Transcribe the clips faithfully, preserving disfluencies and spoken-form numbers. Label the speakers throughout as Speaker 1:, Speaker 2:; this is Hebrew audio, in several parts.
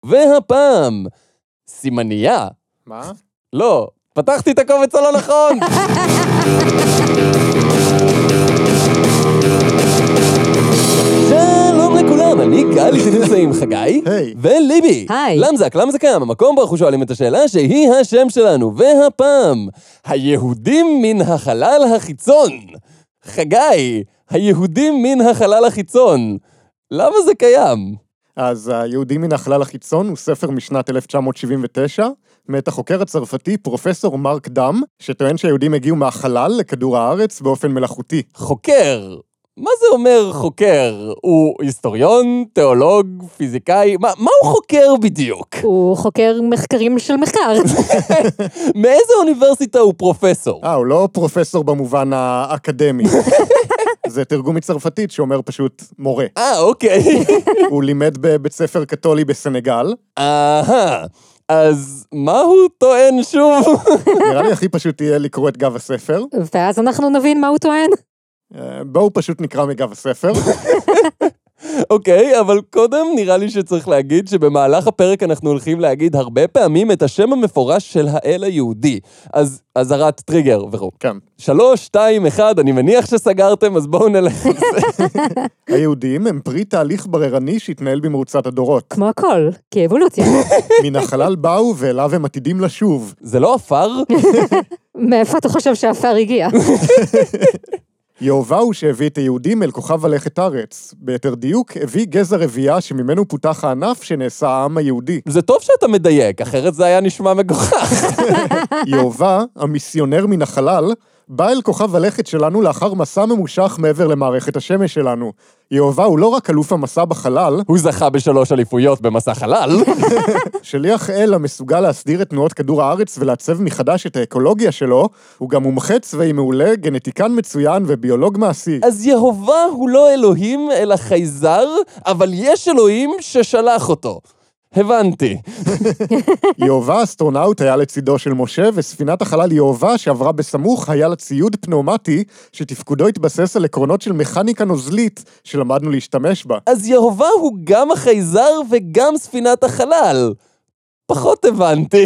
Speaker 1: והפעם, סימניה.
Speaker 2: מה?
Speaker 1: לא, פתחתי את הקובץ הלא נכון. שלום לכולם, אני גל, איתי נמצאים חגי.
Speaker 2: היי.
Speaker 1: וליבי.
Speaker 3: היי.
Speaker 1: למזק, למה זה קיים? המקום בו אנחנו שואלים את השאלה שהיא השם שלנו. והפעם, היהודים מן החלל החיצון. חגי, היהודים מן החלל החיצון. למה זה קיים?
Speaker 2: אז היהודים מן החלל החיצון הוא ספר משנת אלף תשע מאות שבעים ותשע, מאת החוקר הצרפתי פרופסור מרק דם, שטוען שהיהודים הגיעו מהחלל לכדור הארץ באופן מלאכותי.
Speaker 1: חוקר. מה זה אומר חוקר? הוא היסטוריון, תיאולוג, פיזיקאי? מה, מה הוא חוקר בדיוק?
Speaker 3: הוא חוקר מחקרים של מחקר.
Speaker 1: מאיזה אוניברסיטה הוא פרופסור?
Speaker 2: אה, הוא לא פרופסור במובן האקדמי. זה תרגום מצרפתית שאומר פשוט מורה.
Speaker 1: אה, אוקיי.
Speaker 2: הוא לימד בבית ספר קתולי בסנגל.
Speaker 1: אהה. אז מה הוא טוען שוב?
Speaker 2: נראה לי הכי פשוט יהיה לקרוא את גב הספר.
Speaker 3: ואז אנחנו נבין מה הוא טוען.
Speaker 2: בואו פשוט נקרא מגב הספר.
Speaker 1: אוקיי, אבל קודם נראה לי שצריך להגיד שבמהלך הפרק אנחנו הולכים להגיד הרבה פעמים את השם המפורש של האל היהודי. אז אזהרת טריגר וכו'.
Speaker 2: כן.
Speaker 1: שלוש, שתיים, אחד, אני מניח שסגרתם, אז בואו נלך על זה.
Speaker 2: היהודים הם פרי תהליך בררני שהתנהל במרוצת הדורות.
Speaker 3: כמו הכל, כאבולוציה.
Speaker 2: מן החלל באו ואליו הם עתידים לשוב.
Speaker 1: זה לא אפר?
Speaker 3: מאיפה אתה חושב שהאפר הגיע?
Speaker 2: יהובה הוא שהביא את היהודים אל כוכב הלכת ארץ. ביתר דיוק, הביא גזע רבייה שממנו פותח הענף שנעשה העם היהודי.
Speaker 1: זה טוב שאתה מדייק, אחרת זה היה נשמע מגוחך.
Speaker 2: יהובה, המיסיונר מן החלל, בא אל כוכב הלכת שלנו לאחר מסע ממושך מעבר למערכת השמש שלנו. יהובה הוא לא רק אלוף המסע בחלל,
Speaker 1: הוא זכה בשלוש אליפויות במסע חלל.
Speaker 2: שליח אל המסוגל להסדיר את תנועות כדור הארץ ולעצב מחדש את האקולוגיה שלו, הוא גם מומחה צבאי מעולה, גנטיקן מצוין וביולוג מעשי.
Speaker 1: אז יהובה הוא לא אלוהים אלא חייזר, אבל יש אלוהים ששלח אותו. הבנתי.
Speaker 2: יהובה אסטרונאוט היה לצידו של משה, וספינת החלל יהובה שעברה בסמוך היה לה ציוד פנאומטי, שתפקודו התבסס על עקרונות של מכניקה נוזלית, שלמדנו להשתמש בה.
Speaker 1: אז יהובה הוא גם החייזר וגם ספינת החלל. פחות הבנתי.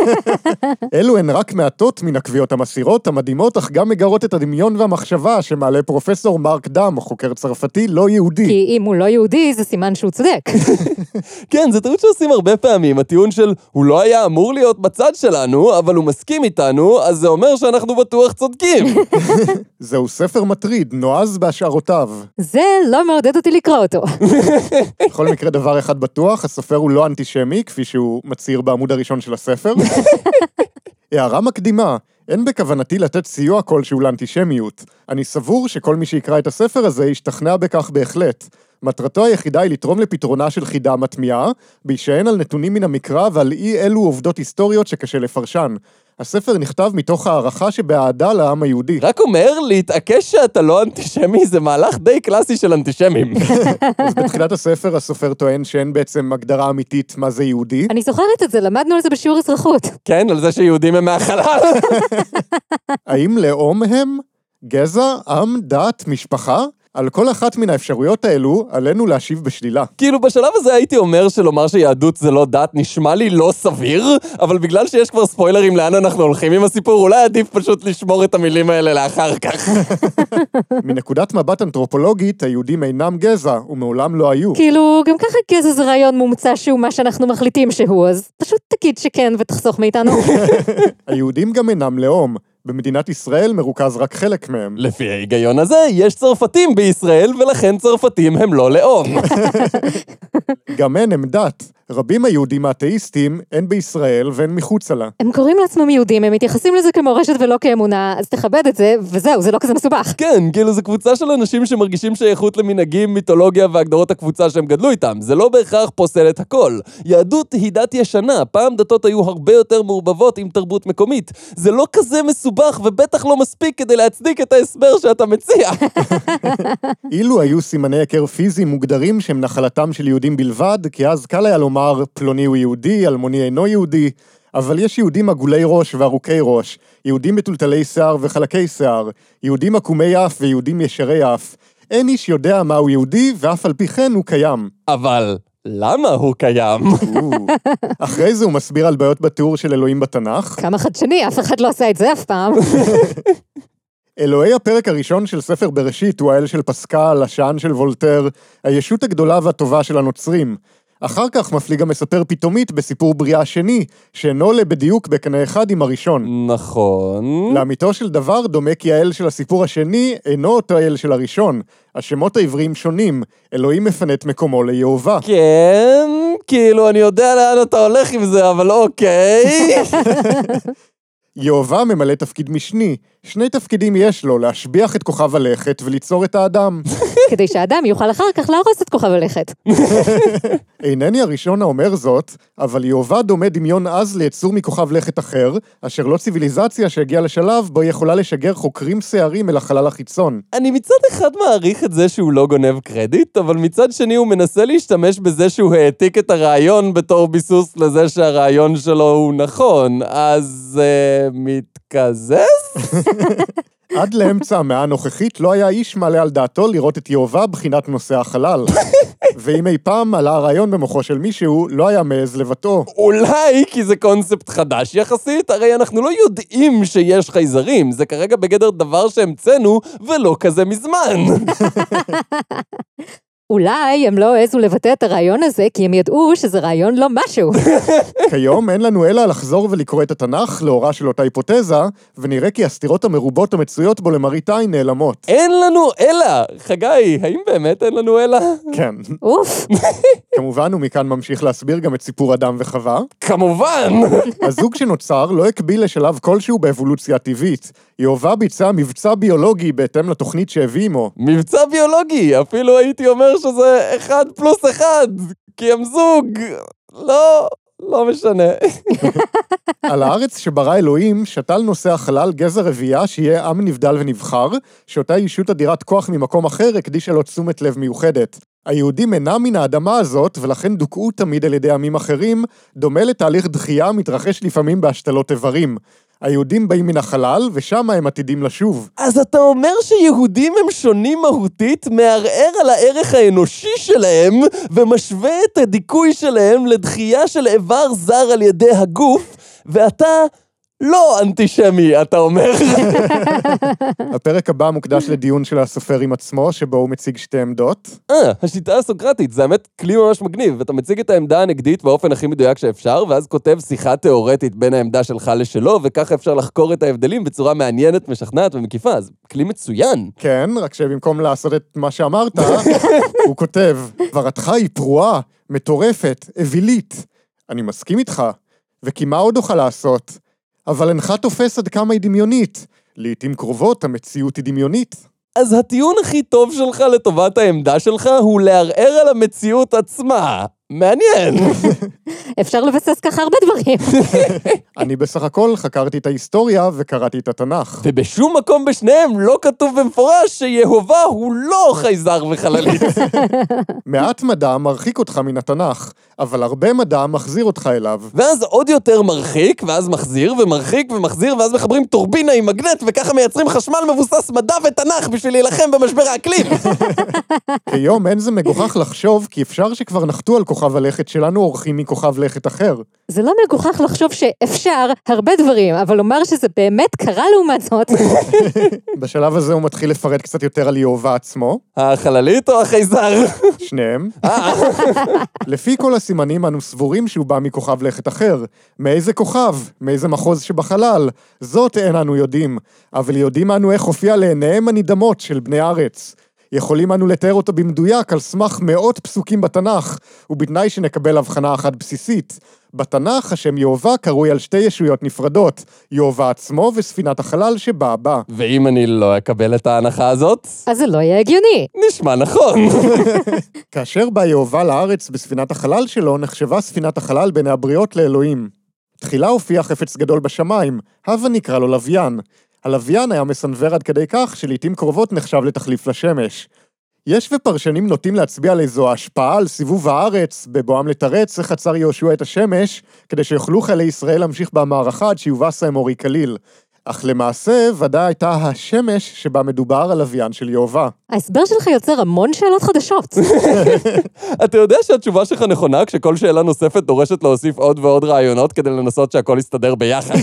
Speaker 2: אלו הן רק מעטות מן הקביעות המסירות, המדהימות, אך גם מגרות את הדמיון והמחשבה שמעלה פרופסור מרק דם, חוקר צרפתי לא יהודי.
Speaker 3: כי אם הוא לא יהודי, זה סימן שהוא צודק.
Speaker 1: כן, זה טעות שעושים הרבה פעמים. הטיעון של, הוא לא היה אמור להיות בצד שלנו, אבל הוא מסכים איתנו, אז זה אומר שאנחנו בטוח צודקים.
Speaker 2: זהו ספר מטריד, נועז בהשערותיו.
Speaker 3: זה לא מעודד אותי לקרוא אותו.
Speaker 2: בכל מקרה דבר אחד בטוח, הסופר הוא לא אנטישמי, כפי שהוא מצהיר בעמוד הראשון של הספר. הערה מקדימה, אין בכוונתי לתת סיוע כלשהו לאנטישמיות. אני סבור שכל מי שיקרא את הספר הזה ישתכנע בכך בהחלט. מטרתו היחידה היא לתרום לפתרונה של חידה מטמיעה, בהישען על נתונים מן המקרא ועל אי אלו עובדות היסטוריות שקשה לפרשן. הספר נכתב מתוך הערכה שבאהדה לעם היהודי.
Speaker 1: רק אומר, להתעקש שאתה לא אנטישמי, זה מהלך די קלאסי של אנטישמים.
Speaker 2: אז בתחילת הספר הסופר טוען שאין בעצם הגדרה אמיתית מה זה יהודי.
Speaker 3: אני זוכרת את זה, למדנו על זה בשיעור אזרחות.
Speaker 1: כן, על זה שיהודים הם מהחלל.
Speaker 2: האם לאום הם? גזע, עם, דת, משפחה? על כל אחת מן האפשרויות האלו, עלינו להשיב בשלילה.
Speaker 1: כאילו בשלב הזה הייתי אומר שלומר שיהדות זה לא דת נשמע לי לא סביר, אבל בגלל שיש כבר ספוילרים לאן אנחנו הולכים עם הסיפור, אולי עדיף פשוט לשמור את המילים האלה לאחר כך.
Speaker 2: מנקודת מבט אנתרופולוגית, היהודים אינם גזע, ומעולם לא היו.
Speaker 3: כאילו, גם ככה גזע זה רעיון מומצא שהוא מה שאנחנו מחליטים שהוא, אז פשוט תגיד שכן ותחסוך מאיתנו.
Speaker 2: היהודים גם אינם לאום. במדינת ישראל מרוכז רק חלק מהם.
Speaker 1: לפי ההיגיון הזה, יש צרפתים בישראל, ולכן צרפתים הם לא לאום.
Speaker 2: גם אין הם דת. רבים היהודים האתאיסטים, הן בישראל והן מחוצה לה.
Speaker 3: הם קוראים לעצמם יהודים, הם מתייחסים לזה כמורשת ולא כאמונה, אז תכבד את זה, וזהו, זה לא כזה מסובך.
Speaker 1: כן, כאילו זו קבוצה של אנשים שמרגישים שייכות למנהגים, מיתולוגיה והגדרות הקבוצה שהם גדלו איתם. זה לא בהכרח פוסל את הכל. יהדות היא דת ישנה, פעם דתות היו הרבה יותר מעורבבות עם תרבות מקומית. זה לא כזה מסובך ובטח לא מספיק כדי להצדיק את ההסבר שאתה מציע.
Speaker 2: אילו היו סימני הכר פיזיים מוגדרים שהם נחלתם של יהודים בלבד, כי אז קל היה לומר פלוני הוא יהודי, אלמוני אינו יהודי, אבל יש יהודים עגולי ראש וארוכי ראש, יהודים מטולטלי שיער וחלקי שיער, יהודים עקומי אף ויהודים ישרי אף. אין איש יודע מהו יהודי, ואף על פי כן הוא קיים.
Speaker 1: אבל למה הוא קיים?
Speaker 2: אחרי זה הוא מסביר על בעיות בתיאור של אלוהים בתנ"ך.
Speaker 3: כמה חדשני, אף אחד לא עשה את זה אף פעם.
Speaker 2: אלוהי הפרק הראשון של ספר בראשית הוא האל של פסקל, השען של וולטר, הישות הגדולה והטובה של הנוצרים. אחר כך מפליג המספר פתאומית בסיפור בריאה השני, שאינו עולה בדיוק בקנה אחד עם הראשון.
Speaker 1: נכון.
Speaker 2: לאמיתו של דבר דומה כי האל של הסיפור השני אינו אותו האל של הראשון. השמות העבריים שונים, אלוהים מפנה את מקומו ליהובה.
Speaker 1: כן, כאילו אני יודע לאן אתה הולך עם זה, אבל אוקיי.
Speaker 2: יהובה ממלא תפקיד משני. שני תפקידים יש לו, להשביח את כוכב הלכת וליצור את האדם.
Speaker 3: כדי שהאדם יוכל אחר כך להרוס את כוכב הלכת.
Speaker 2: אינני הראשון האומר זאת, אבל יהובה דומה דמיון אז ליצור מכוכב לכת אחר, אשר לא ציוויליזציה שהגיעה לשלב בו היא יכולה לשגר חוקרים שערים אל החלל החיצון.
Speaker 1: אני מצד אחד מעריך את זה שהוא לא גונב קרדיט, אבל מצד שני הוא מנסה להשתמש בזה שהוא העתיק את הרעיון בתור ביסוס לזה שהרעיון שלו הוא נכון, אז אה, מתקזז?
Speaker 2: עד לאמצע המאה הנוכחית לא היה איש מעלה על דעתו לראות את יהובה בחינת נושא החלל. ואם אי פעם עלה הרעיון במוחו של מישהו, לא היה מעז לבטאו.
Speaker 1: אולי כי זה קונספט חדש יחסית, הרי אנחנו לא יודעים שיש חייזרים, זה כרגע בגדר דבר שהמצאנו ולא כזה מזמן.
Speaker 3: אולי הם לא העזו לבטא את הרעיון הזה, כי הם ידעו שזה רעיון לא משהו.
Speaker 2: כיום אין לנו אלא לחזור ולקרוא את התנ"ך לאורה של אותה היפותזה, ונראה כי הסתירות המרובות המצויות בו למראית עין נעלמות.
Speaker 1: אין לנו אלא! חגי, האם באמת אין לנו אלא?
Speaker 2: כן.
Speaker 3: אוף.
Speaker 2: כמובן, ומכאן ממשיך להסביר גם את סיפור אדם וחווה.
Speaker 1: כמובן!
Speaker 2: הזוג שנוצר לא הקביל לשלב כלשהו באבולוציה הטבעית. יהובה ביצע מבצע ביולוגי בהתאם לתוכנית שהביא עמו.
Speaker 1: מבצע ביולוגי, אפילו הייתי אומר שזה אחד פלוס אחד, כי הם זוג. לא, לא משנה.
Speaker 2: על הארץ שברא אלוהים, שתל נושא החלל גזע רבייה שיהיה עם נבדל ונבחר, שאותה ישות אדירת כוח ממקום אחר הקדישה לו תשומת לב מיוחדת. היהודים אינם מן האדמה הזאת, ולכן דוכאו תמיד על ידי עמים אחרים, דומה לתהליך דחייה מתרחש לפעמים בהשתלות איברים. היהודים באים מן החלל, ושם הם עתידים לשוב.
Speaker 1: אז אתה אומר שיהודים הם שונים מהותית, מערער על הערך האנושי שלהם, ומשווה את הדיכוי שלהם לדחייה של איבר זר על ידי הגוף, ואתה לא אנטישמי, אתה אומר.
Speaker 2: הפרק הבא מוקדש לדיון של הסופר עם עצמו, שבו הוא מציג שתי עמדות.
Speaker 1: אה, השיטה הסוקרטית, זה האמת כלי ממש מגניב, ואתה מציג את העמדה הנגדית באופן הכי מדויק שאפשר, ואז כותב שיחה תיאורטית בין העמדה שלך לשלו, וככה אפשר לחקור את ההבדלים בצורה מעניינת, משכנעת ומקיפה, אז כלי מצוין.
Speaker 2: כן, רק שבמקום לעשות את מה שאמרת, הוא כותב, דברתך היא פרועה, מטורפת, אווילית. אני מסכים איתך, וכי מה עוד אוכל לעשות? אבל אינך תופס עד כמה היא דמיונית. לעתים קרובות המציאות היא דמיונית.
Speaker 1: אז הטיעון הכי טוב שלך לטובת העמדה שלך הוא לערער על המציאות עצמה. מעניין.
Speaker 3: אפשר לבסס ככה הרבה דברים.
Speaker 2: אני בסך הכל חקרתי את ההיסטוריה וקראתי את התנ"ך.
Speaker 1: ובשום מקום בשניהם לא כתוב במפורש שיהובה הוא לא חייזר וחללית.
Speaker 2: מעט מדע מרחיק אותך מן התנ"ך, אבל הרבה מדע מחזיר אותך אליו.
Speaker 1: ואז עוד יותר מרחיק, ואז מחזיר, ומרחיק ומחזיר, ואז מחברים טורבינה עם מגנט, וככה מייצרים חשמל מבוסס מדע ותנ"ך בשביל להילחם במשבר האקלים.
Speaker 2: כיום אין זה מגוחך לחשוב, כי אפשר שכבר נחתו על כוכב הלכת שלנו אורחים מכוכב לכת אחר.
Speaker 3: זה לא מגוחך לחשוב שאפשר הרבה דברים, אבל לומר שזה באמת קרה לעומת זאת.
Speaker 2: בשלב הזה הוא מתחיל לפרט קצת יותר על יהובה עצמו.
Speaker 1: החללית או החייזר?
Speaker 2: שניהם. לפי כל הסימנים אנו סבורים שהוא בא מכוכב לכת אחר. מאיזה כוכב? מאיזה מחוז שבחלל? זאת אין אנו יודעים, אבל יודעים אנו איך הופיע לעיניהם הנדמות של בני ארץ. יכולים אנו לתאר אותו במדויק על סמך מאות פסוקים בתנ"ך, ובתנאי שנקבל הבחנה אחת בסיסית. בתנ"ך השם יהובה קרוי על שתי ישויות נפרדות, יהובה עצמו וספינת החלל שבאה בה.
Speaker 1: ואם אני לא אקבל את ההנחה הזאת?
Speaker 3: אז זה לא יהיה הגיוני.
Speaker 1: נשמע נכון.
Speaker 2: כאשר בא יהובה לארץ בספינת החלל שלו, נחשבה ספינת החלל בין הבריות לאלוהים. תחילה הופיע חפץ גדול בשמיים, הווה נקרא לו לוויין. הלוויין היה מסנוור עד כדי כך שלעיתים קרובות נחשב לתחליף לשמש. יש ופרשנים נוטים להצביע על איזו השפעה על סיבוב הארץ, בבואם לתרץ איך עצר יהושע את השמש, כדי שיוכלו חיילי ישראל להמשיך במערכה עד שיובס האמורי כליל. אך למעשה ודאי הייתה השמש שבה מדובר על לוויין של יהובה.
Speaker 3: ההסבר שלך יוצר המון שאלות חדשות.
Speaker 1: אתה יודע שהתשובה שלך נכונה כשכל שאלה נוספת דורשת להוסיף עוד ועוד רעיונות כדי לנסות שהכל יסתדר ביחד.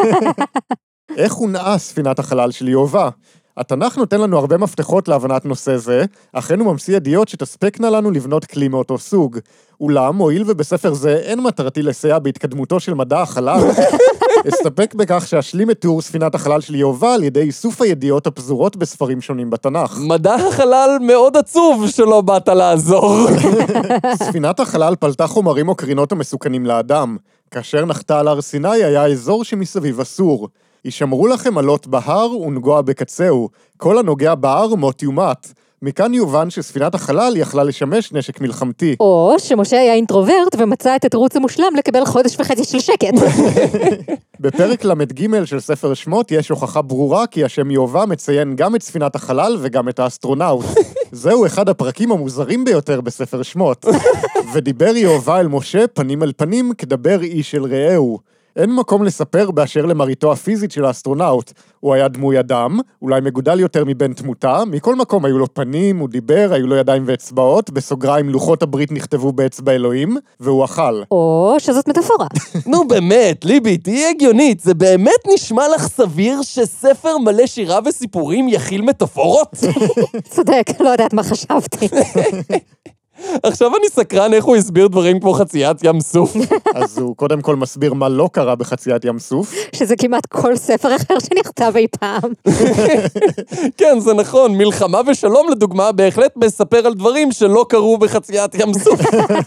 Speaker 2: איך הונעה ספינת החלל של יהובה? התנ"ך נותן לנו הרבה מפתחות להבנת נושא זה, אכן הוא ממציא ידיעות שתספקנה לנו לבנות כלי מאותו סוג. אולם, הואיל ובספר זה אין מטרתי לסייע בהתקדמותו של מדע החלל, אסתפק בכך שאשלים את תיאור ספינת החלל של יהובה על ידי איסוף הידיעות הפזורות בספרים שונים בתנ"ך.
Speaker 1: מדע החלל מאוד עצוב שלא באת לעזור.
Speaker 2: ספינת החלל פלטה חומרים או קרינות המסוכנים לאדם. כאשר נחתה על הר סיני היה אזור שמסביב אסור. ישמרו לכם עלות בהר ונגוע בקצהו, כל הנוגע בהר מות יומת. מכאן יובן שספינת החלל יכלה לשמש נשק מלחמתי.
Speaker 3: או שמשה היה אינטרוברט ומצא את התירוץ המושלם לקבל חודש וחצי של שקט.
Speaker 2: בפרק למד ג' של ספר שמות יש הוכחה ברורה כי השם יהובה מציין גם את ספינת החלל וגם את האסטרונאוט. זהו אחד הפרקים המוזרים ביותר בספר שמות. ודיבר יהובה אל משה פנים אל פנים כדבר איש אל רעהו. אין מקום לספר באשר למראיתו הפיזית של האסטרונאוט. הוא היה דמוי אדם, אולי מגודל יותר מבין תמותה, מכל מקום היו לו פנים, הוא דיבר, היו לו ידיים ואצבעות, בסוגריים לוחות הברית נכתבו באצבע אלוהים, והוא אכל.
Speaker 3: או שזאת מטאפורה.
Speaker 1: נו באמת, ליבי, תהי הגיונית, זה באמת נשמע לך סביר שספר מלא שירה וסיפורים יכיל מטאפורות?
Speaker 3: צודק, לא יודעת מה חשבתי.
Speaker 1: עכשיו אני סקרן איך הוא הסביר דברים כמו חציית ים סוף.
Speaker 2: אז הוא קודם כל מסביר מה לא קרה בחציית ים סוף.
Speaker 3: שזה כמעט כל ספר אחר שנכתב אי פעם.
Speaker 1: כן, זה נכון, מלחמה ושלום לדוגמה בהחלט מספר על דברים שלא קרו בחציית ים סוף.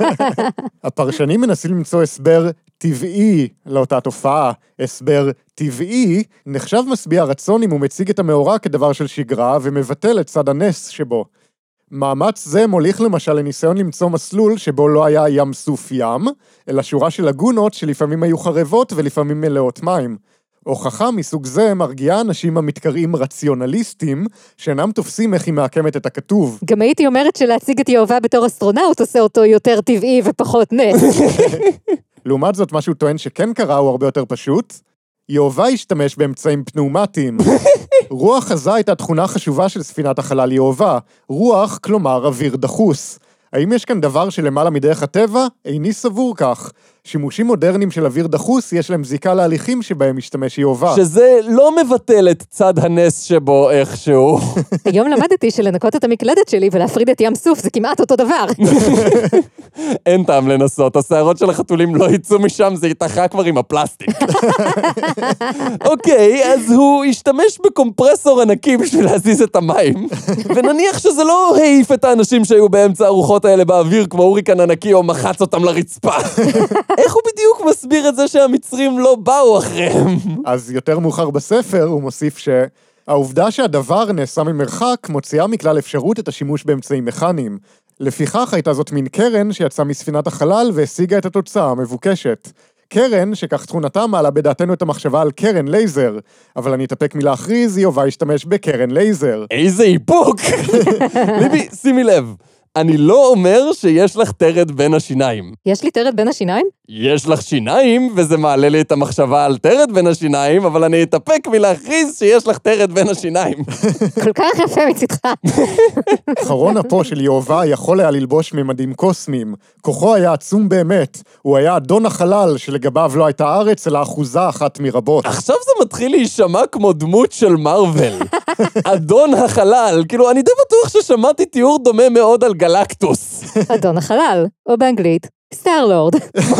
Speaker 2: הפרשנים מנסים למצוא הסבר טבעי לאותה תופעה. הסבר טבעי נחשב משביע רצון אם הוא מציג את המאורע כדבר של שגרה ומבטל את צד הנס שבו. מאמץ זה מוליך למשל לניסיון למצוא מסלול שבו לא היה ים סוף ים, אלא שורה של לגונות שלפעמים היו חרבות ולפעמים מלאות מים. הוכחה מסוג זה מרגיעה אנשים המתקראים רציונליסטים, שאינם תופסים איך היא מעקמת את הכתוב.
Speaker 3: גם הייתי אומרת שלהציג את יהובה בתור אסטרונאוט עושה אותו יותר טבעי ופחות נס.
Speaker 2: לעומת זאת, מה שהוא טוען שכן קרה הוא הרבה יותר פשוט. יהובה השתמש באמצעים פנאומטיים. רוח חזה הייתה תכונה חשובה של ספינת החלל יהובה. רוח, כלומר אוויר דחוס. האם יש כאן דבר שלמעלה מדרך הטבע? איני סבור כך. שימושים מודרניים של אוויר דחוס יש להם זיקה להליכים שבהם משתמש יהובה.
Speaker 1: שזה לא מבטל את צד הנס שבו איכשהו.
Speaker 3: היום למדתי שלנקות את המקלדת שלי ולהפריד את ים סוף זה כמעט אותו דבר.
Speaker 1: אין טעם לנסות, השערות של החתולים לא יצאו משם, זה יתחה כבר עם הפלסטיק. אוקיי, אז הוא השתמש בקומפרסור ענקי בשביל להזיז את המים, ונניח שזה לא העיף את האנשים שהיו באמצע הרוחות האלה באוויר כמו הוריקן ענקי או מחץ אותם לרצפה. איך הוא בדיוק מסביר את זה שהמצרים לא באו אחריהם?
Speaker 2: אז יותר מאוחר בספר הוא מוסיף שהעובדה שהדבר נעשה ממרחק מוציאה מכלל אפשרות את השימוש באמצעים מכניים. לפיכך הייתה זאת מין קרן שיצאה מספינת החלל והשיגה את התוצאה המבוקשת. קרן, שכך תכונתה מעלה בדעתנו את המחשבה על קרן לייזר, אבל אני אתאפק מלהכריז, יהובה השתמש בקרן לייזר.
Speaker 1: איזה איפוק! ליבי, שימי לב. אני לא אומר שיש לך תרד בין השיניים.
Speaker 3: יש לי תרד בין השיניים?
Speaker 1: יש לך שיניים, וזה מעלה לי את המחשבה על תרד בין השיניים, אבל אני אתאפק מלהכריז שיש לך תרד בין השיניים.
Speaker 3: כל כך יפה מצדך.
Speaker 2: חרון אפו של יהובה יכול היה ללבוש ממדים קוסמיים. כוחו היה עצום באמת. הוא היה אדון החלל שלגביו לא הייתה ארץ, אלא אחוזה אחת מרבות.
Speaker 1: עכשיו זה מתחיל להישמע כמו דמות של מרוול. אדון החלל. כאילו, אני די בטוח ששמעתי תיאור דומה מאוד על גלקטוס.
Speaker 3: אדון החלל, או באנגלית, סטארלורד.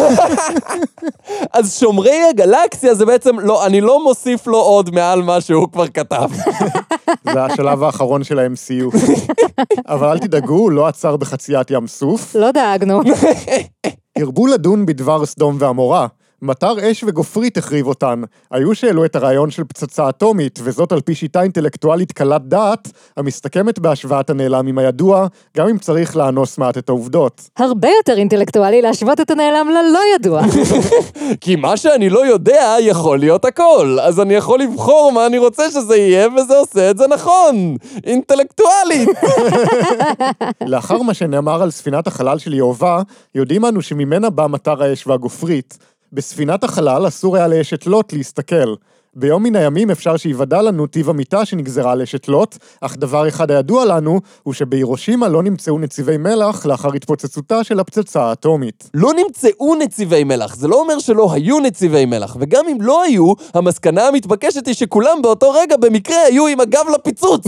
Speaker 1: אז שומרי הגלקסיה זה בעצם, לא, אני לא מוסיף לו עוד מעל מה שהוא כבר כתב.
Speaker 2: זה השלב האחרון של ה-אם סי יו. אבל אל תדאגו, הוא לא עצר בחציית ים סוף.
Speaker 3: לא דאגנו.
Speaker 2: הרבו לדון בדבר סדום ועמורה. מטר אש וגופרית החריב אותן. היו שהעלו את הרעיון של פצצה אטומית, וזאת על פי שיטה אינטלקטואלית קלת דעת, המסתכמת בהשוואת הנעלם עם הידוע, גם אם צריך לאנוס מעט את העובדות.
Speaker 3: הרבה יותר אינטלקטואלי להשוות את הנעלם ללא ידוע.
Speaker 1: כי מה שאני לא יודע יכול להיות הכל, אז אני יכול לבחור מה אני רוצה שזה יהיה, וזה עושה את זה נכון. אינטלקטואלית.
Speaker 2: לאחר מה שנאמר על ספינת החלל של יהובה, יודעים אנו שממנה בא מטר האש והגופרית. בספינת החלל אסור היה לאשת לוט להסתכל. ביום מן הימים אפשר שיוודע לנו טיב המיטה שנגזרה על אשת לוט, אך דבר אחד הידוע לנו הוא שבהירושימה לא נמצאו נציבי מלח לאחר התפוצצותה של הפצצה האטומית.
Speaker 1: לא נמצאו נציבי מלח, זה לא אומר שלא היו נציבי מלח, וגם אם לא היו, המסקנה המתבקשת היא שכולם באותו רגע במקרה היו עם הגב לפיצוץ.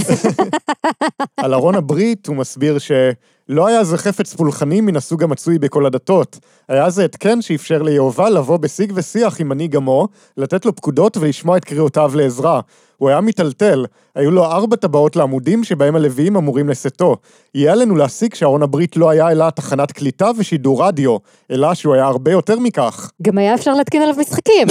Speaker 2: על ארון הברית הוא מסביר ש... לא היה זה חפץ פולחני מן הסוג המצוי בכל הדתות. היה זה התקן שאפשר ליהובה לבוא בשיג ושיח עם מנהיג עמו, לתת לו פקודות ולשמוע את קריאותיו לעזרה. הוא היה מטלטל. היו לו ארבע טבעות לעמודים שבהם הלוויים אמורים לשאתו. יהיה עלינו להסיק שארון הברית לא היה אלא תחנת קליטה ושידור רדיו, אלא שהוא היה הרבה יותר מכך.
Speaker 3: גם היה אפשר להתקין עליו משחקים.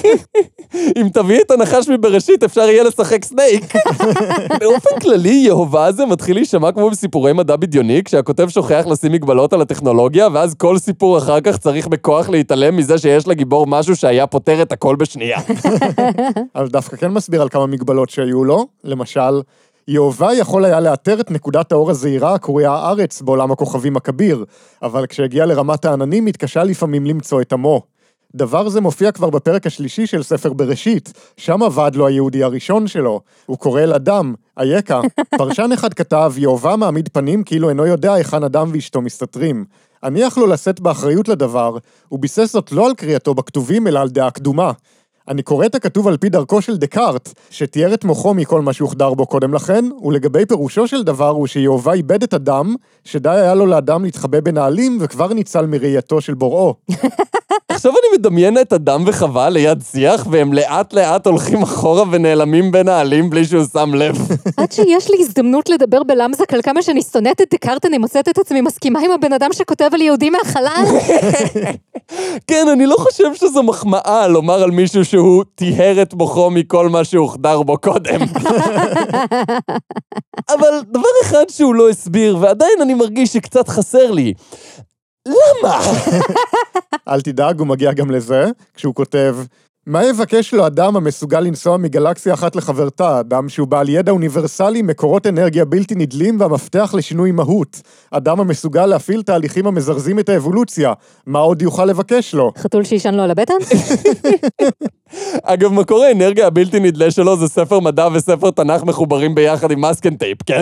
Speaker 1: אם תביא את הנחש מבראשית, אפשר יהיה לשחק סנייק. באופן כללי, יהובה הזה מתחיל להישמע כמו בסיפורי מדע בדיוני, כשהכותב שוכח לשים מגבלות על הטכנולוגיה, ואז כל סיפור אחר כך צריך בכוח להתעלם מזה שיש לגיבור משהו שהיה פותר את הכל בשנייה.
Speaker 2: אבל דווקא כן מסביר על כמה מגבלות שהיו לו. למשל, יהובה יכול היה לאתר את נקודת האור הזעירה הקרויה הארץ בעולם הכוכבים הכביר, אבל כשהגיע לרמת העננים התקשה לפעמים למצוא את עמו. דבר זה מופיע כבר בפרק השלישי של ספר בראשית, שם עבד לו היהודי הראשון שלו. הוא קורא אל אדם, איקה. פרשן אחד כתב, יהובה מעמיד פנים כאילו אינו יודע היכן אדם ואשתו מסתתרים. הניח לו לשאת באחריות לדבר, הוא ביסס זאת לא על קריאתו בכתובים אלא על דעה קדומה. אני קורא את הכתוב על פי דרכו של דקארט, שתיאר את מוחו מכל מה שהוחדר בו קודם לכן, ולגבי פירושו של דבר הוא שיהובה איבד את אדם, שדי היה לו לאדם להתחבא בנעלים וכבר ניצל מראייתו של בוראו.
Speaker 1: עכשיו אני מדמיין את אדם וחווה ליד שיח, והם לאט לאט הולכים אחורה ונעלמים בין העלים בלי שהוא שם לב.
Speaker 3: עד שיש לי הזדמנות לדבר בלמזק על כמה שאני שונאת את דקארט, אני מוצאת את עצמי מסכימה עם הבן אדם שכותב על יהודים מהחלל.
Speaker 1: כן, אני לא חושב שזו מחמאה לומר על מישהו שהוא טיהר את מוחו מכל מה שהוחדר בו קודם. אבל דבר אחד שהוא לא הסביר, ועדיין אני מרגיש שקצת חסר לי. למה?
Speaker 2: אל תדאג, הוא מגיע גם לזה, כשהוא כותב, מה יבקש לו אדם המסוגל לנסוע מגלקסיה אחת לחברתה, אדם שהוא בעל ידע אוניברסלי, מקורות אנרגיה בלתי נדלים והמפתח לשינוי מהות, אדם המסוגל להפעיל תהליכים המזרזים את האבולוציה, מה עוד יוכל לבקש לו?
Speaker 3: חתול שישן לו על הבטן?
Speaker 1: אגב, מקור האנרגיה הבלתי נדלה שלו זה ספר מדע וספר תנ"ך מחוברים ביחד עם מסקן טייפ, כן?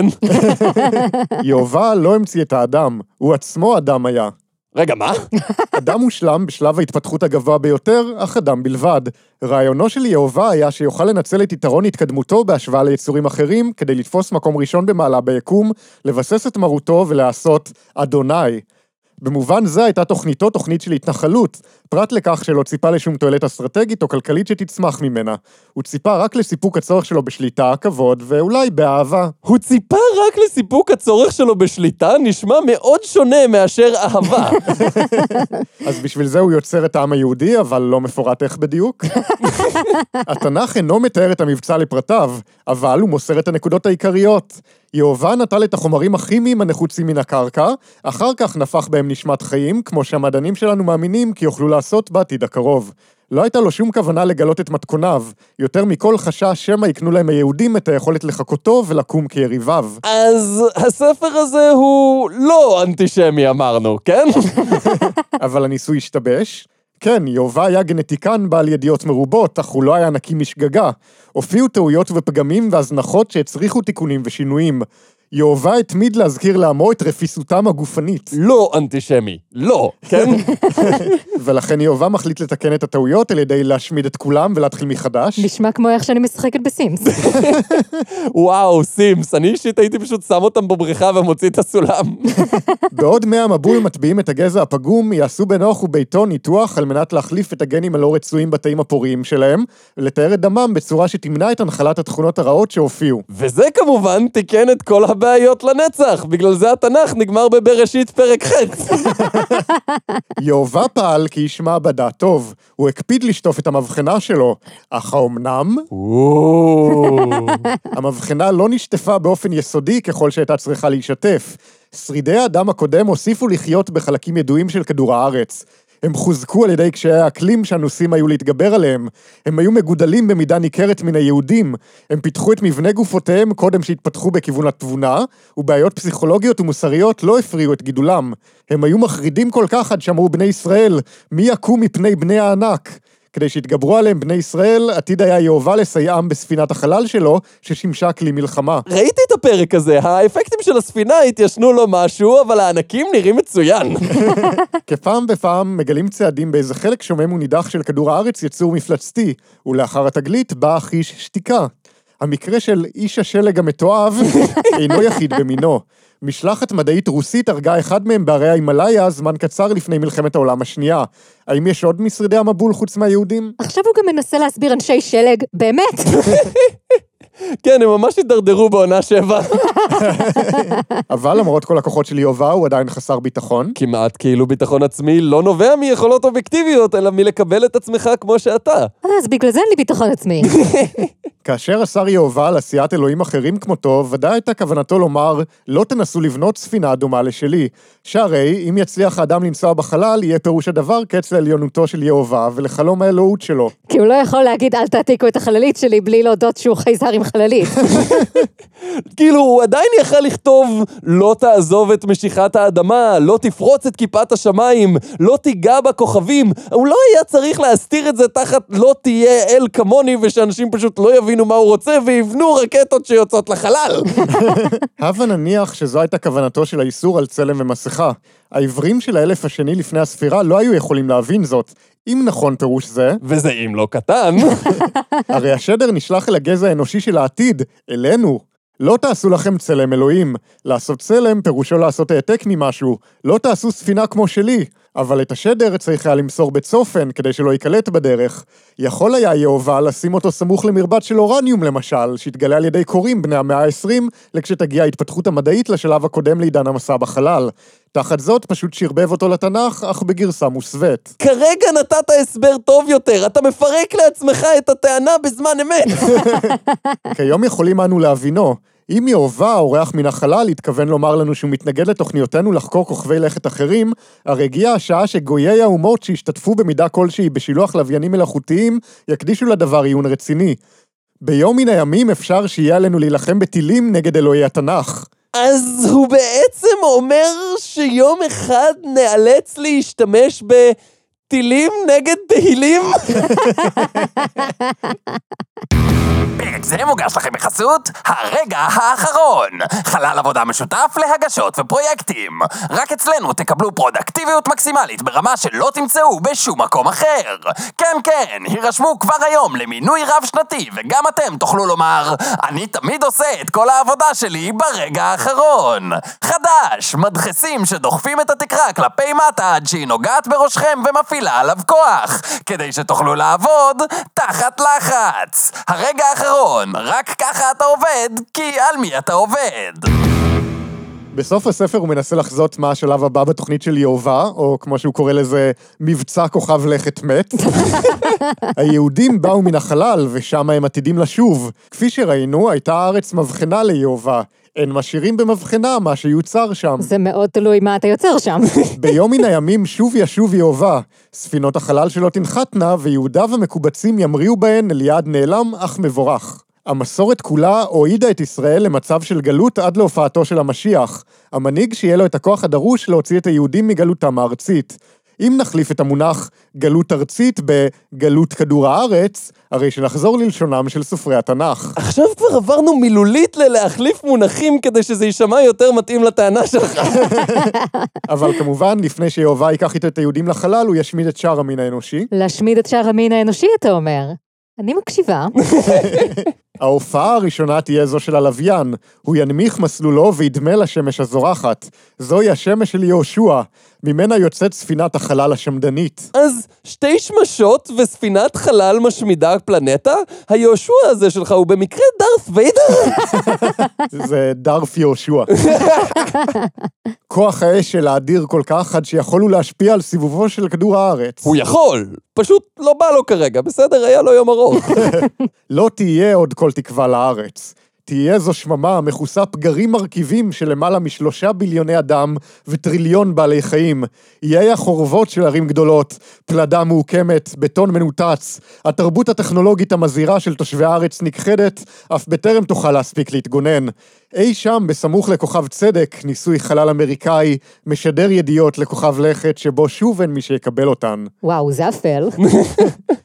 Speaker 2: יהובה לא המציא את האדם, הוא עצמו אדם היה.
Speaker 1: רגע, מה?
Speaker 2: אדם מושלם בשלב ההתפתחות הגבוה ביותר, אך אדם בלבד. רעיונו של יהובה היה שיוכל לנצל את יתרון התקדמותו בהשוואה ליצורים אחרים, כדי לתפוס מקום ראשון במעלה ביקום, לבסס את מרותו ולעשות אדוני. במובן זה הייתה תוכניתו תוכנית של התנחלות, פרט לכך שלא ציפה לשום תועלת אסטרטגית או כלכלית שתצמח ממנה. הוא ציפה רק לסיפוק הצורך שלו בשליטה, כבוד, ואולי באהבה.
Speaker 1: הוא ציפה רק לסיפוק הצורך שלו בשליטה, נשמע מאוד שונה מאשר אהבה.
Speaker 2: אז בשביל זה הוא יוצר את העם היהודי, אבל לא מפורט איך בדיוק. התנ"ך אינו מתאר את המבצע לפרטיו, אבל הוא מוסר את הנקודות העיקריות. יהובה נטל את החומרים הכימיים הנחוצים מן הקרקע, אחר כך נפח בהם נשמת חיים, כמו שהמדענים שלנו מאמינים כי יוכלו לעשות בעתיד הקרוב. לא הייתה לו שום כוונה לגלות את מתכוניו, יותר מכל חשש שמא יקנו להם היהודים את היכולת לחכותו ולקום כיריביו.
Speaker 1: אז הספר הזה הוא לא אנטישמי אמרנו, כן?
Speaker 2: אבל הניסוי השתבש. כן, יהובה היה גנטיקן בעל ידיעות מרובות, אך הוא לא היה נקי משגגה. הופיעו טעויות ופגמים והזנחות שהצריכו תיקונים ושינויים. יהובה התמיד להזכיר לעמו את רפיסותם הגופנית.
Speaker 1: לא אנטישמי, לא, כן?
Speaker 2: ולכן יהובה מחליט לתקן את הטעויות על ידי להשמיד את כולם ולהתחיל מחדש.
Speaker 3: נשמע כמו איך שאני משחקת בסימס.
Speaker 1: וואו, סימס, אני אישית הייתי פשוט שם אותם בבריכה ומוציא את הסולם.
Speaker 2: בעוד מאה המבול מטביעים את הגזע הפגום, יעשו בנוח וביתו ניתוח על מנת להחליף את הגנים הלא רצויים בתאים הפוריים שלהם, ולתאר את דמם בצורה שתמנע את הנחלת התכונות הרעות שהופיעו.
Speaker 1: וזה כמובן תיקן את כל הבעיות לנצח, בגלל זה התנ"ך נגמר בבראשית פרק ח'.
Speaker 2: יהובה פעל כי ישמע בדע טוב, הוא הקפיד לשטוף את המבחנה שלו, אך האומנם? המבחנה לא נשטפה באופן יסודי ככל שהייתה צריכה להישטף. שרידי האדם הקודם הוסיפו לחיות בחלקים ידועים של כדור הארץ. הם חוזקו על ידי קשיי האקלים שהנוסעים היו להתגבר עליהם. הם היו מגודלים במידה ניכרת מן היהודים. הם פיתחו את מבנה גופותיהם קודם שהתפתחו בכיוון התבונה, ובעיות פסיכולוגיות ומוסריות לא הפריעו את גידולם. הם היו מחרידים כל כך עד שאמרו בני ישראל, מי יקום מפני בני הענק? כדי שיתגברו עליהם בני ישראל, עתיד היה יהובה לסייעם בספינת החלל שלו, ששימשה כלי מלחמה.
Speaker 1: ראיתי את הפרק הזה, האפקטים של הספינה התיישנו לו משהו, אבל הענקים נראים מצוין.
Speaker 2: כפעם בפעם מגלים צעדים באיזה חלק שומם ונידח של כדור הארץ יצור מפלצתי, ולאחר התגלית בא חיש שתיקה. המקרה של איש השלג המתועב אינו יחיד במינו. משלחת מדעית רוסית הרגה אחד מהם בהרי ההימאליה זמן קצר לפני מלחמת העולם השנייה. האם יש עוד משרדי המבול חוץ מהיהודים?
Speaker 3: עכשיו הוא גם מנסה להסביר אנשי שלג, באמת.
Speaker 1: כן, הם ממש התדרדרו בעונה שבע.
Speaker 2: אבל למרות כל הכוחות של יהובה הוא עדיין חסר ביטחון.
Speaker 1: כמעט כאילו ביטחון עצמי לא נובע מיכולות אובייקטיביות, אלא מלקבל את עצמך כמו שאתה.
Speaker 3: אז בגלל זה אין לי ביטחון עצמי.
Speaker 2: כאשר אסר יהובה על עשיית אלוהים אחרים כמותו, ודאי הייתה כוונתו לומר, לא תנסו לבנות ספינה דומה לשלי. שהרי, אם יצליח האדם לנסוע בחלל, יהיה פירוש הדבר קץ לעליונותו של יהובה ולחלום האלוהות שלו.
Speaker 3: כי הוא לא יכול להגיד, אל תעתיקו את החללית שלי, בלי להודות שהוא חייזר עם חללית.
Speaker 1: כאילו, הוא עדיין יכל לכתוב, לא תעזוב את משיכת האדמה, לא תפרוץ את כיפת השמיים, לא תיגע בכוכבים. הוא לא היה צריך להסתיר את זה תחת לא תהיה אל כמוני, ושאנשים פשוט לא יבינו מה הוא רוצה, ויבנו רקטות שיוצאות לחלל.
Speaker 2: הבה נניח שזו הייתה כוונתו של האיסור על צלם ומסכה. העברים של האלף השני לפני הספירה לא היו יכולים להבין זאת. אם נכון פירוש זה,
Speaker 1: וזה אם לא קטן,
Speaker 2: הרי השדר נשלח אל הגזע האנושי של העתיד, אלינו. לא תעשו לכם צלם אלוהים. לעשות צלם פירושו לעשות העתק ממשהו. לא תעשו ספינה כמו שלי. אבל את השדר צריך היה למסור בצופן כדי שלא יקלט בדרך. יכול היה יהובה לשים אותו סמוך למרבט של אורניום למשל, שהתגלה על ידי קוראים בני המאה ה-עשרים, לכשתגיע ההתפתחות המדעית לשלב הקודם לעידן המסע בחלל. תחת זאת פשוט שרבב אותו לתנ"ך, אך בגרסה מוסווית.
Speaker 1: כרגע נתת הסבר טוב יותר, אתה מפרק לעצמך את הטענה בזמן אמת.
Speaker 2: כיום יכולים אנו להבינו. אם יהובה, האורח מן החלל, התכוון לומר לנו שהוא מתנגד לתוכניותינו לחקור כוכבי לכת אחרים, הרי הגיעה השעה שגויי האומות שהשתתפו במידה כלשהי בשילוח לוויינים מלאכותיים, יקדישו לדבר עיון רציני. ביום מן הימים אפשר שיהיה עלינו להילחם בטילים נגד אלוהי התנ"ך.
Speaker 1: אז הוא בעצם אומר שיום אחד נאלץ להשתמש בטילים נגד תהילים?
Speaker 4: פרק זה מוגש לכם בחסות הרגע האחרון, חלל עבודה משותף להגשות ופרויקטים. רק אצלנו תקבלו פרודקטיביות מקסימלית ברמה שלא תמצאו בשום מקום אחר. כן כן, הירשמו כבר היום למינוי רב שנתי, וגם אתם תוכלו לומר, אני תמיד עושה את כל העבודה שלי ברגע האחרון. חדש, מדחסים שדוחפים את התקרה כלפי מטה עד שהיא נוגעת בראשכם ומפעילה עליו כוח, כדי שתוכלו לעבוד תחת לחץ. הרגע האחרון, רק ככה אתה עובד, כי על מי אתה עובד?
Speaker 2: בסוף הספר הוא מנסה לחזות מה השלב הבא בתוכנית של יהובה, או כמו שהוא קורא לזה, מבצע כוכב לכת מת. היהודים באו מן החלל, ושם הם עתידים לשוב. כפי שראינו, הייתה הארץ מבחנה ליהובה. הם משאירים במבחנה מה שיוצר שם.
Speaker 3: זה מאוד תלוי מה אתה יוצר שם.
Speaker 2: ביום מן הימים שוב ישוב יהובה. ספינות החלל שלו תנחתנה, ויהודיו המקובצים ימריאו בהן אל יעד נעלם אך מבורך. המסורת כולה הועידה את ישראל למצב של גלות עד להופעתו של המשיח. המנהיג שיהיה לו את הכוח הדרוש להוציא את היהודים מגלותם הארצית. אם נחליף את המונח גלות ארצית בגלות כדור הארץ, הרי שנחזור ללשונם של סופרי התנ"ך.
Speaker 1: עכשיו כבר עברנו מילולית ללהחליף מונחים כדי שזה יישמע יותר מתאים לטענה שלך.
Speaker 2: אבל כמובן, לפני שיהובה ייקח איתו את היהודים לחלל, הוא ישמיד את שאר המין האנושי.
Speaker 3: להשמיד את שאר המין האנושי, אתה אומר. אני מקשיבה.
Speaker 2: ההופעה הראשונה תהיה זו של הלוויין. הוא ינמיך מסלולו וידמה לשמש הזורחת. זוהי השמש של יהושע. ממנה יוצאת ספינת החלל השמדנית.
Speaker 1: אז שתי שמשות וספינת חלל משמידה פלנטה? היהושע הזה שלך הוא במקרה דארת ויידר?
Speaker 2: זה דארף יהושע. כוח האש של האדיר כל כך עד שיכולו להשפיע על סיבובו של כדור הארץ.
Speaker 1: הוא יכול, פשוט לא בא לו כרגע, בסדר, היה לו יום ארוך.
Speaker 2: לא תהיה עוד כל תקווה לארץ. תהיה זו שממה מכוסה פגרים מרכיבים של למעלה משלושה ביליוני אדם וטריליון בעלי חיים. יהיה החורבות של ערים גדולות, פלדה מעוקמת, בטון מנותץ, התרבות הטכנולוגית המזהירה של תושבי הארץ נכחדת, אף בטרם תוכל להספיק להתגונן. אי שם, בסמוך לכוכב צדק, ניסוי חלל אמריקאי, משדר ידיעות לכוכב לכת שבו שוב אין מי שיקבל אותן.
Speaker 3: וואו, זה אפל.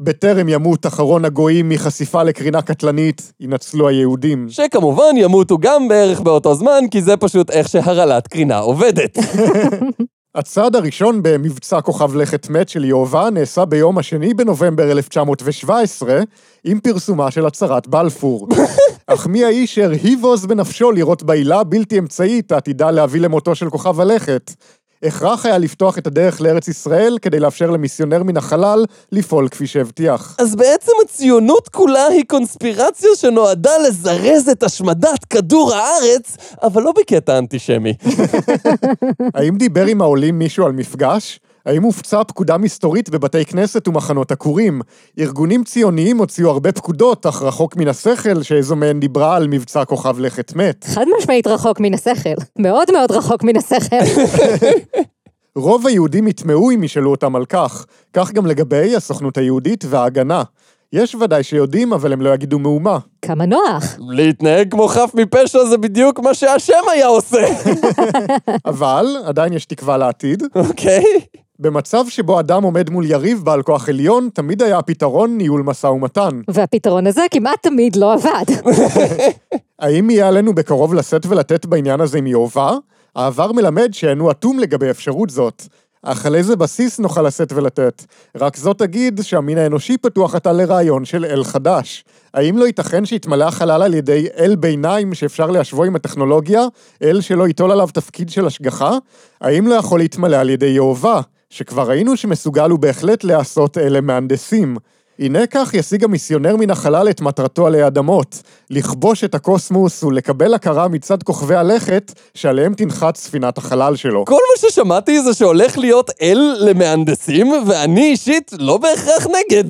Speaker 2: בטרם ימות אחרון הגויים מחשיפה לקרינה קטלנית, ינצלו היהודים.
Speaker 1: שכמובן ימותו גם בערך באותו זמן, כי זה פשוט איך שהרעלת קרינה עובדת.
Speaker 2: הצעד הראשון במבצע כוכב לכת מת של יהובה נעשה ביום השני בנובמבר אלף תשע מאות שבע עשרה, עם פרסומה של הצהרת בלפור. אך מי האיש שהרהיב עוז בנפשו לראות בעילה בלתי אמצעית העתידה להביא למותו של כוכב הלכת? הכרח היה לפתוח את הדרך לארץ ישראל כדי לאפשר למיסיונר מן החלל לפעול כפי שהבטיח.
Speaker 1: אז בעצם הציונות כולה היא קונספירציה שנועדה לזרז את השמדת כדור הארץ, אבל לא בקטע אנטישמי.
Speaker 2: האם דיבר עם העולים מישהו על מפגש? האם הופצה פקודה מסתורית בבתי כנסת ומחנות עקורים? ארגונים ציוניים הוציאו הרבה פקודות, אך רחוק מן השכל שאיזו מהן דיברה על מבצע כוכב לכת מת.
Speaker 3: חד משמעית רחוק מן השכל. מאוד מאוד רחוק מן השכל.
Speaker 2: רוב היהודים יתמאו אם ישאלו אותם על כך. כך גם לגבי הסוכנות היהודית וההגנה. יש ודאי שיודעים, אבל הם לא יגידו מאומה.
Speaker 3: כמה נוח.
Speaker 1: להתנהג כמו חף מפשע זה בדיוק מה שהשם היה עושה.
Speaker 2: אבל עדיין יש תקווה לעתיד.
Speaker 1: אוקיי.
Speaker 2: במצב שבו אדם עומד מול יריב בעל כוח עליון, תמיד היה הפתרון ניהול משא ומתן.
Speaker 3: והפתרון הזה כמעט תמיד לא עבד.
Speaker 2: האם יהיה עלינו בקרוב לשאת ולתת בעניין הזה עם יהובה? העבר מלמד שאינו אטום לגבי אפשרות זאת. אך על איזה בסיס נוכל לשאת ולתת? רק זאת תגיד שהמין האנושי פתוח עתה לרעיון של אל חדש. האם לא ייתכן שיתמלא החלל על ידי אל ביניים שאפשר להשוו עם הטכנולוגיה, אל שלא ייטול עליו תפקיד של השגחה? האם לא יכול להתמלא על ידי יהובה, שכבר ראינו שמסוגל הוא בהחלט לעשות אלה מהנדסים? הנה כך ישיג המיסיונר מן החלל את מטרתו עלי אדמות, לכבוש את הקוסמוס ולקבל הכרה מצד כוכבי הלכת שעליהם תנחת ספינת החלל שלו.
Speaker 1: כל מה ששמעתי זה שהולך להיות אל למהנדסים, ואני אישית לא בהכרח נגד.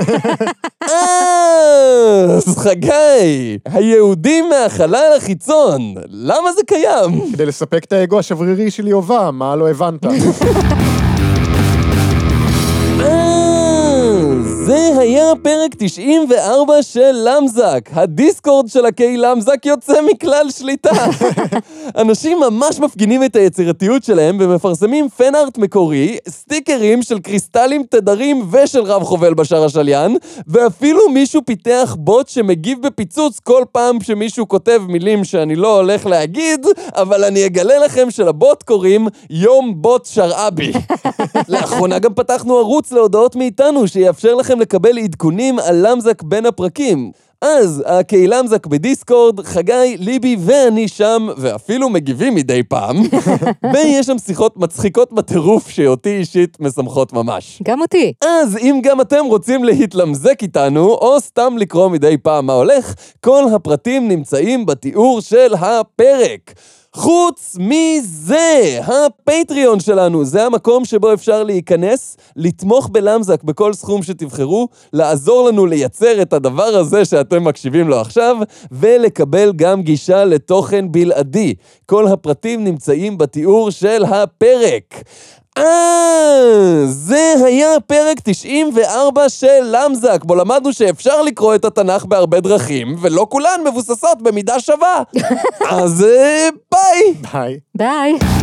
Speaker 1: אה, אז חגי, היהודים מהחלל החיצון, למה זה קיים?
Speaker 2: כדי לספק את האגו השברירי של יהובה, מה לא הבנת?
Speaker 1: זה היה פרק תשעים וארבע של למזק. הדיסקורד של הקי למזק יוצא מכלל שליטה. אנשים ממש מפגינים את היצירתיות שלהם ומפרסמים פן-ארט מקורי, סטיקרים של קריסטלים תדרים ושל רב חובל בשער השליין, ואפילו מישהו פיתח בוט שמגיב בפיצוץ כל פעם שמישהו כותב מילים שאני לא הולך להגיד, אבל אני אגלה לכם שלבוט קוראים יום בוט שרעבי. לאחרונה גם פתחנו ערוץ להודעות מאיתנו שיאפשר לכם לקבל עדכונים על למזק בין הפרקים. אז הקהי למזק בדיסקורד, חגי, ליבי ואני שם, ואפילו מגיבים מדי פעם. ויש שם שיחות מצחיקות בטירוף שאותי אישית משמחות ממש.
Speaker 3: גם אותי.
Speaker 1: אז אם גם אתם רוצים להתלמזק איתנו, או סתם לקרוא מדי פעם מה הולך, כל הפרטים נמצאים בתיאור של הפרק. חוץ מזה, הפטריון שלנו, זה המקום שבו אפשר להיכנס, לתמוך בלמזק בכל סכום שתבחרו, לעזור לנו לייצר את הדבר הזה שאתם מקשיבים לו עכשיו, ולקבל גם גישה לתוכן בלעדי. כל הפרטים נמצאים בתיאור של הפרק. אה, זה היה פרק תשעים וארבע של למזק, בו למדנו שאפשר לקרוא את התנ"ך בהרבה דרכים, ולא כולן מבוססות במידה שווה. אז ביי!
Speaker 2: ביי.
Speaker 3: ביי.